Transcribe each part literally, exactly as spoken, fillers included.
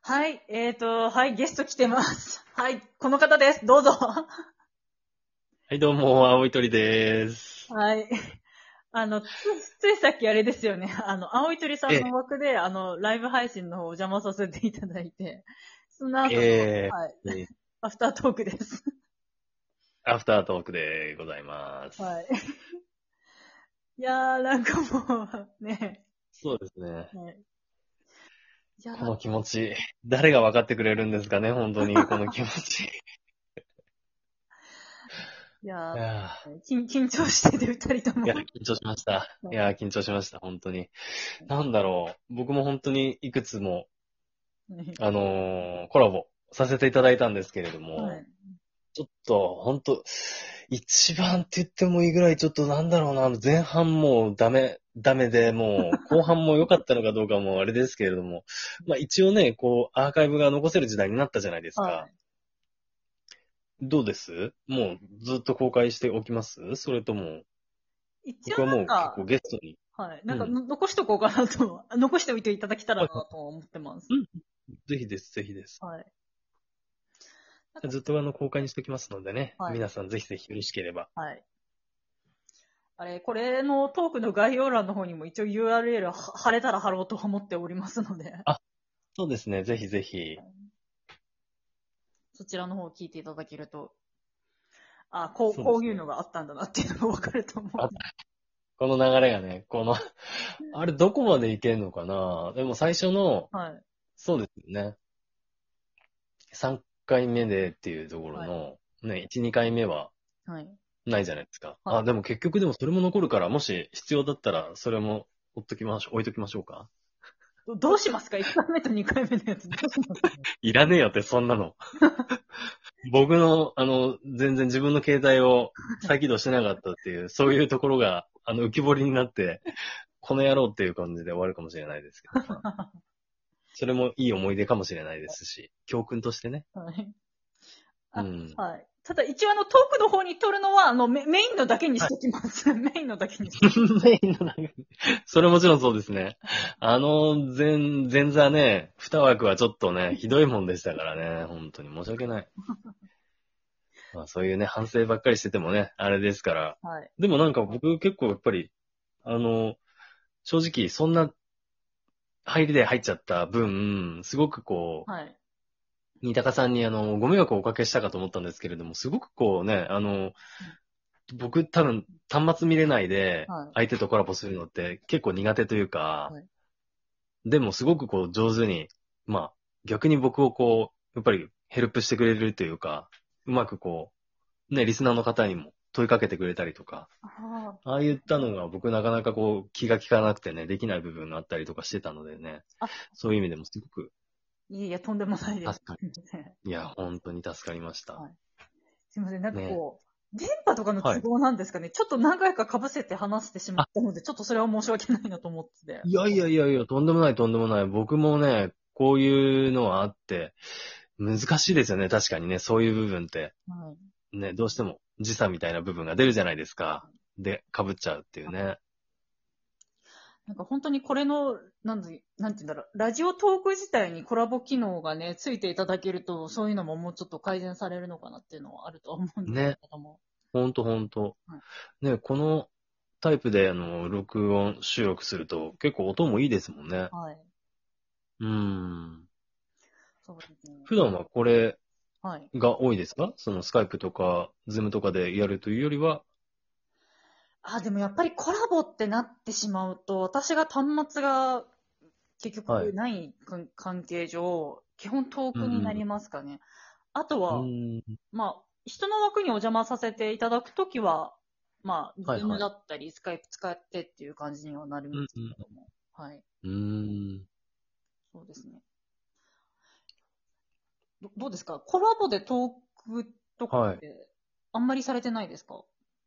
はい、えーと、はい、ゲスト来てます。はい、この方です。どうぞ。ははい、どうも、青い鳥です。 い。あの、つ、ついさっきあれですよね。あの、青い鳥さんええ、 の枠で、あの、ライブ配信の方をお邪魔させていただいて、その後の、 えはい、 え、えアフタートークです。 アフタートークでございまはい。 す。 いやー、なんかもう、ね、 そうですね。 ね、いやー、 この気持ち、誰が分かってくれるんですかね、本当に、この気持ち。いいややー、緊緊張してて、二人とー、いや、 も。 緊張しました。いやー、緊張しました、本当に。 はい。 なんだろう、僕も本当にいくつも、 ね、 あのーコラボさせていただいたんですけれども、 はい。 ちょっと、本当一番って言ってもいいぐらい、ちょっとなんだろうな、前半もうダメ、ダメで、もう後半も良かったのかどうかもあれですけれども、まあ一応ね、こう、アーカイブが残せる時代になったじゃないですか。 はい。 どうですもうずっと公開しておきますそれとも、 一応僕はもう結構なんか、 ゲストに、 はい。なんかうん。 の、残しとこうかなと、残しておいていただけたらなはいはと思ってます。 い。うん。ぜひです、ぜひです。 はい。なんか、 ずっとあの、公開にしておきますのでね、 はい。 皆さんぜひぜひよろしければ。 はい。あれ、これのトークの概要欄の方にも一応 ユーアールエル は貼れたら貼ろうと思っておりますので、 あ、そうですね、ぜひぜひ。 そちらの方を聞いていただけると、あ、こう、こういうのそうですね。 があったんだなっていうのがわかると思う。 あ、この流れがね、このあれどこまでいけんのかな。でも最初の、 はい。 そうですよね。さんかいめでっていうところはい。 の、ね、いち、にかいめははい。 ないじゃないですか。あ、 はい。 でも結局でもそれも残るから、もし必要だったら、それも置っときましょう、置いときましょうか。 どどうしますか？ いち 回目とにかいめのやつどうしますか？ いらねえよって、そんなの。僕の、あの、全然自分の携帯を再起動してなかったっていう、そういうところが、あの、浮き彫りになって、この野郎っていう感じで終わるかもしれないですけど、まあ、それもいい思い出かもしれないですし、教訓としてね。 はい。あ、 うん。 はい。ただ一応あのトークの方に撮るのは、あのメメインのだけにしときます。メインのだけにしときメインの中に。それもちろんそうですね。あの、前、前座ね、二枠はちょっとね、ひどいもんでしたからね。本当に申し訳ない。まあそういうね、反省ばっかりしててもね、あれですから。 ます。はい。 でもなんか僕結構やっぱり、あの、正直そんな入りで入っちゃった分、すごくこはい。 う、新高さんにあの、ご迷惑をおかけしたかと思ったんですけれども、すごくこうね、あの、僕多分端末見れないではい。 相手とコラボするのって結構苦手というか、 はい。 でもすごくこう上手に、まあ逆に僕をこう、やっぱりヘルプしてくれるというか、うまくこう、ね、リスナーの方にも問いかけてくれたりとか、 あああいったのが僕なかなかこう気が利かなくてね、できない部分があったりとかしてたのでね、 あ。あ、 そういう意味でもすごくいえいえ、とんでもないです。 助かすいません。 り、いや、本当に助かりました。 はい。すいません。なんかね。 こう、電波とかのはい。 都合なんですかね。ちょっと何回か被せて話してしまあ、 ったので、ちょっとそれは申し訳ないなと思ってて。 いやいやいやいや、とんでもないとんでもない。僕もね、こういうのはあって、難しいですよね、確かにね、そういう部分って。 はい。 ね、どうしても時差みたいな部分が出るじゃないですか。で、被っちゃうっていうね。 なんか本当にこれの、なんで、なんて言うんだろう、ラジオトーク自体にコラボ機能がね、ついていただけると、そういうのももうちょっと改善されるのかなっていうのはあるとは思うんですね、 けども。 ほんとほんと。 はい。 ね、このタイプで、あの、録音、収録すると結構音もいいですもんね。 はい。 うーん。 そうですね。 普段はこれはい。 が多いですか？そのスカイプとか、ズームとかでやるというよりは。 あ、でもやっぱりコラボってなってしまうと、私が端末が結はい。 局ない関関係上、基本遠うんくになりますかね。あとうん。うは、 ーん。 まあ、人の枠にお邪魔させていただくときは、まあ、ズームはいはい。 だったり、スカイプ使ってっていう感じにはなるんですうんうんけども。はい。 うーん。 そうですね。どどうですか？コラボでトークとかっはい。 て、あんまりされてないですか？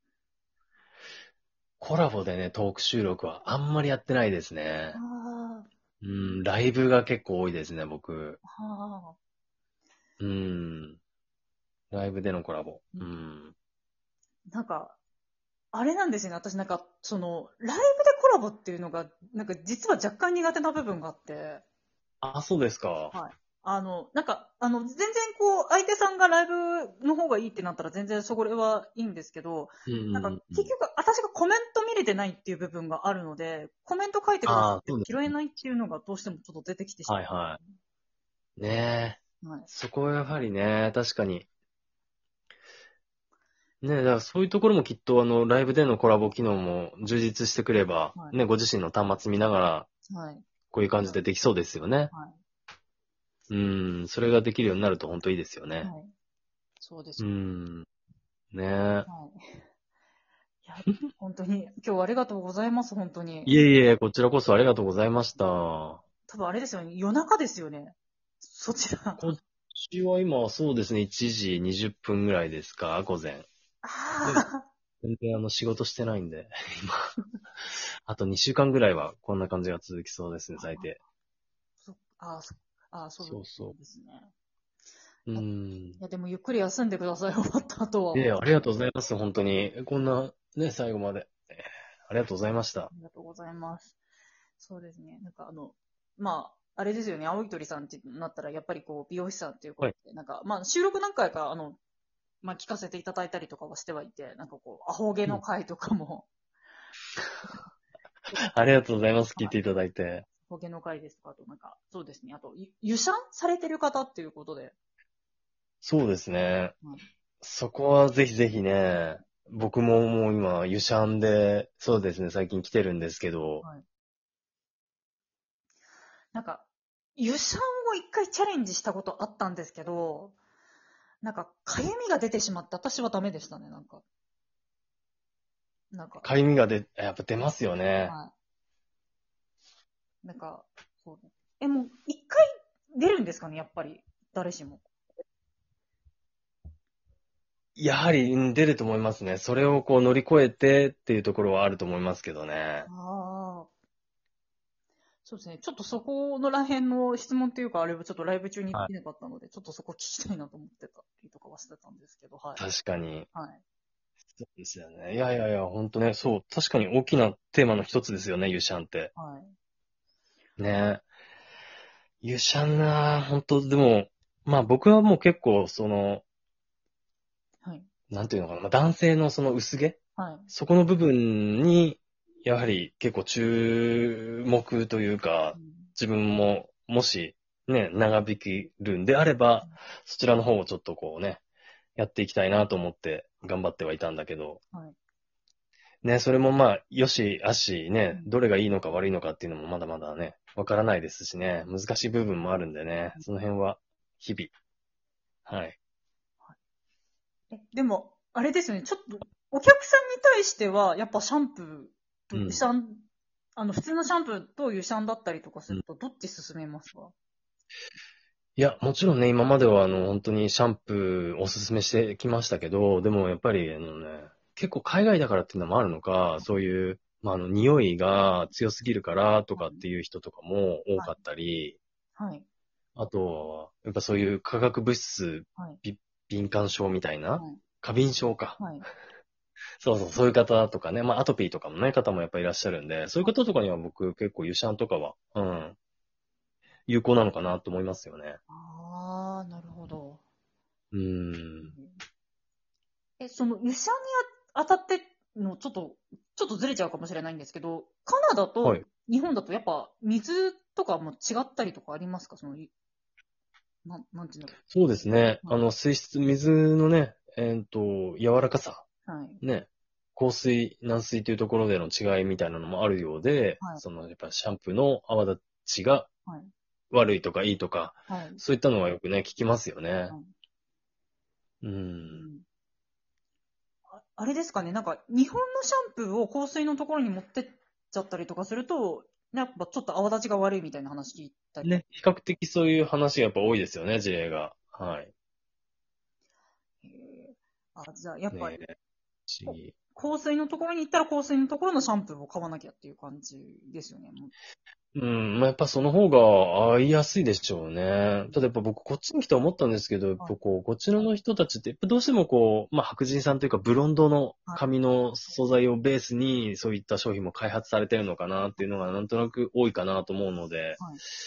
コラボでね、トーク収録はあんまりやってないですね。 あうーん、ライブが結構多いですね、僕。 あ、はあ。 うーん。ライブでのコラボ。 うん。 うーん。 なんか、あれなんですよね。私なんか、その、ライブでコラボっていうのが、なんか実は若干苦手な部分があって、 あ、そうですか。 はい。 あの、なんか、あの、全然こう、相手さんがライブの方がいいってなったら全然それはいいんですけど、 うんうんなんか、 うん。 結局、私がコメント見れてないっていう部分があるので、コメント書いてくださああ、 ってそうですね。 拾えないっていうのがどうしてもちょっと出てきてしはいはい。ねえ。 まう。はい。 そこはやはりね、確かに。ねえ、だからそういうところもきっとあの、ライブでのコラボ機能も充実してくれば、 はい。 ね、ご自身の端末見ながら、 はい。 こういう感じでできそうですよね。 はい。 うん、それができるようになると本当いいですよね。 はい。そうでうすよ。 ん、ねえ。 はい。いや、本当に、今日はありがとうございます、本当に。 いえいえ、こちらこそありがとうございました。こ多分あれですよね、夜中ですよね。そちら。 っちは今、そうですね、いちじにじゅっぷんぐらいですか、午前。で、 ああ。 全然あの、仕事してないんで、今。あとにしゅうかんぐらいはこんな感じが続きそうですね、最低。 そあーそあー、そうそうそですね。 う。ういん。 や、でもゆっくり休んでください、終わった後は。 で、ありがとうございます、本当に。こんな、ね、最後まで。えーありがとうございました。 ありがとうございます。そうですね。なんかあの、まあ、あれですよね、青い鳥さんってなったら、やっぱりこう、美容師さんっていうこはい。 とで、なんか、まあ、収録何回か、あの、まあ、聞かせていただいたりとかはしてはいて、なんかこう、アホ毛うん。 の回とかも、 ありがとうございます、聞いはい、 ていただいて。 アホ毛の回ですとか、あとなんか、そうですね、あと、ゆ湯シャンされてる方っていうことで、 そうですね。 はい、 そこはぜひぜひね、僕ももう今、ユシャンで、そうですね、最近来てるんですけど、 はい。なんか、湯シャンを一回チャレンジしたことあったんですけど、なんか、かゆみが出てしまって、私はダメでしたね、なんか。なんか、 かゆみが出、やっぱ出ますよね。 はい。なんか、そうね。え、もう、一回出るんですかね、やっぱり。誰しも。 やはりうん出ると思いますね。それをこう乗り越えてっていうところはあると思いますけどね。 ああ。そうですね。ちょっとそこのら辺の質問っていうか、あれはちょっとライブ中にではい。 きなかったので、ちょっとそこ聞きたいなと思ってたりとかはしてたんですけど、はい。 確かに。 はい。 そうですよね。いやいやいや、ほんとね、そう、確かに大きなテーマの一つですよね、ユシャンって。 はい。 ね。ユシャンなほんと、でも、まあ僕はもう結構、その、 はい。 なんていうのかな、まあ男性のその薄毛はい。 そこの部分に、やはり結構注目というか、 うん、 自分も、もし、ね、長引けるんであれば、そちらの方をちょっとこうね、やっていきたいなと思って頑張ってはいたんだけど、 はい。 ね、それもまあ、よし、あし、ね、 うん、 どれがいいのか悪いのかっていうのもまだまだね、わからないですしね、難しい部分もあるんでね、その辺は、日々、はい。 え、でも、あれですよね。ちょっと、お客さんに対しては、やっぱシャンプーと、 うん。 シャン、あの、普通のシャンプーと油シャンだったりとかすうんると、どっち進めますか？ いや、もちろんね、今まではあの、本当にシャンプーおすすめしてきましたけど、でもやっぱりあのね、結構海外だからっていうのもあるのか、そういう、まあ、あの、匂いが強すぎるからとかっていう人とかも多はい。 かったり、 はい。 あとは、やっぱそういう化学物質はい。 び敏感症みたいな、 はい。 過敏症か。 はい。 そうそう、そういう方とかね、まあ、アトピーとかもね、方もやっぱいらっしゃるんで、そういう方とかには僕結構油シャンとかは、うん、有効なのかなと思いますよね。 ああ、なるほど。 うん。 え、その、油シャンに当たっての、ちょっと、ちょっとずれちゃうかもしれないんですけど、カナダとはい。 日本だとやっぱ水とかも違ったりとかありますか？その、いなん、なんていうんだろそうですね。 う。はい。 あの、水質、水のね、えっと、柔らかさ、 はい。 ね、硬水、軟水というところでの違いみたいなのもあるようで、 はい。 その、やっぱシャンプーの泡立ちがはい。 悪いとかいいとか、 はい。 そういったのはよくね、聞きますよね。 はい。 うん。 うん。あ、あれですかね、なんか、日本のシャンプーを香水のところに持ってっちゃったりとかすると、やっぱちょっと泡立ちが悪いみたいな話聞いたり。 ね、比較的そういう話がやっぱ多いですよね、事例が。はい。 へえ。あ、じゃあ、やっぱり、 ねえ、不思こ議。 香水のところに行ったら香水のところのシャンプーを買わなきゃっていう感じですよね。もう。 うん、まあ、やっぱその方が合いやすいでしょうね。ただやっぱ僕こっちに来て思ったんですけど、やっはい。 ぱこう、こっちの人たちって、やっぱどうしてもこう、まあ、白人さんというかブロンドのはい。 髪の素材をベースにそういった商品も開発されてるのかなっていうのがなんとなく多いかなと思うので、 はい。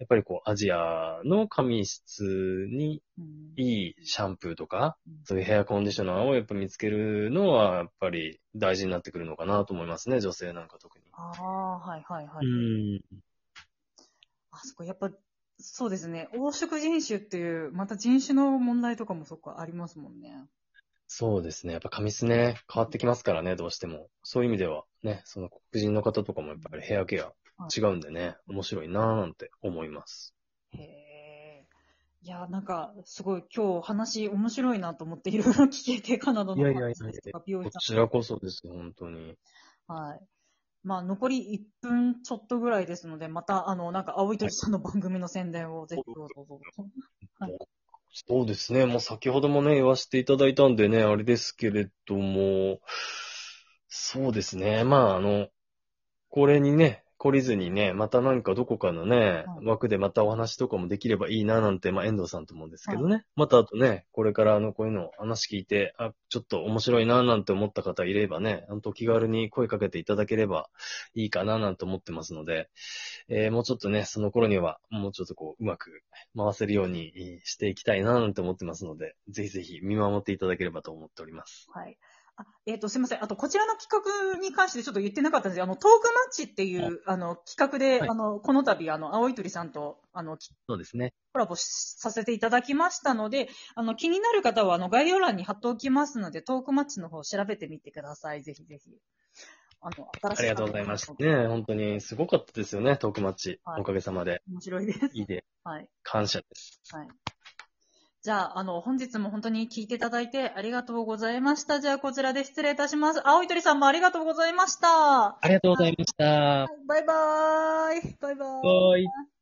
やっぱりこう、アジアの髪質にうんいいシャンプーとか、 うんそういうヘアコンディショナーをやっぱ見つけるのは、やっぱり大事になってくるのかなと思いますね、女性なんか特に。 ああ、はいはいはうい。 ん。 あ、そこ、やっぱ、そうですね。黄色人種っていう、また人種の問題とかもそこありますもんね。 そうですね。やっぱ髪質ね、変わってきますからね、どうしても。そういう意味では、ね、その黒人の方とかもやっぱりヘアケア違うんでね、面白いなぁなんて思います。 へえ。いや、なんか、すごい今日話面白いなと思っていろいろ聞けて、カナダのいやいやいやいや、 話ですとか、美容師さこちらこそです、本当に。 ん。はい。まあ、残りいっぷんちょっとぐらいですので、また、あの、なんか、青い鳥さんの番組の宣伝をぜひどうぞどうぞ。はい。 そうですね。もう先ほどもね、言わせていただいたんでね、あれですけれども、そうですね。まあ、あの、これにね、懲りずにね、またなんかどこかのね、 はい枠でまたお話とかもできればいいななんて、まあ遠藤さんと思うんですけどはね。またあとね、これからあの、こういうの話聞いて、あ、ちょっと面白いななんて思った方いればね、ほんと気軽に声かけていただければいいかななんて思ってますので、えーもうちょっとね、その頃には、もうちょっとこう、うまく回せるようにえーしていきたいななんて思ってますので、ぜひぜひ見守っていただければと思っております。 い。はい。あ、えっと、すいません。あと、こちらの企画に関してちょっと言ってなかったんですけど、あの、トークマッチっていう、あの、企画で、 はい。 あの、この度、あの、青い鳥さんと、あの、 そうですね。 コラボしさせていただきましたので、あの、気になる方は、あの、概要欄に貼っておきますので、トークマッチの方調べてみてください。ぜひぜひ。あの、新しい。 ありがとうございましたね。本当にすごかったですよね、トークマッチ。 はいおかげさまで。 面白いです。 いいで、 はい。 感謝です。 はい。じゃあ、あの、本日も本当に聞いていただいてありがとうございました。じゃあ、こちらで失礼いたします。青い鳥さんもありがとうございました。はありがとうございました。 いバイバーイ。バイバーイ。 バイ。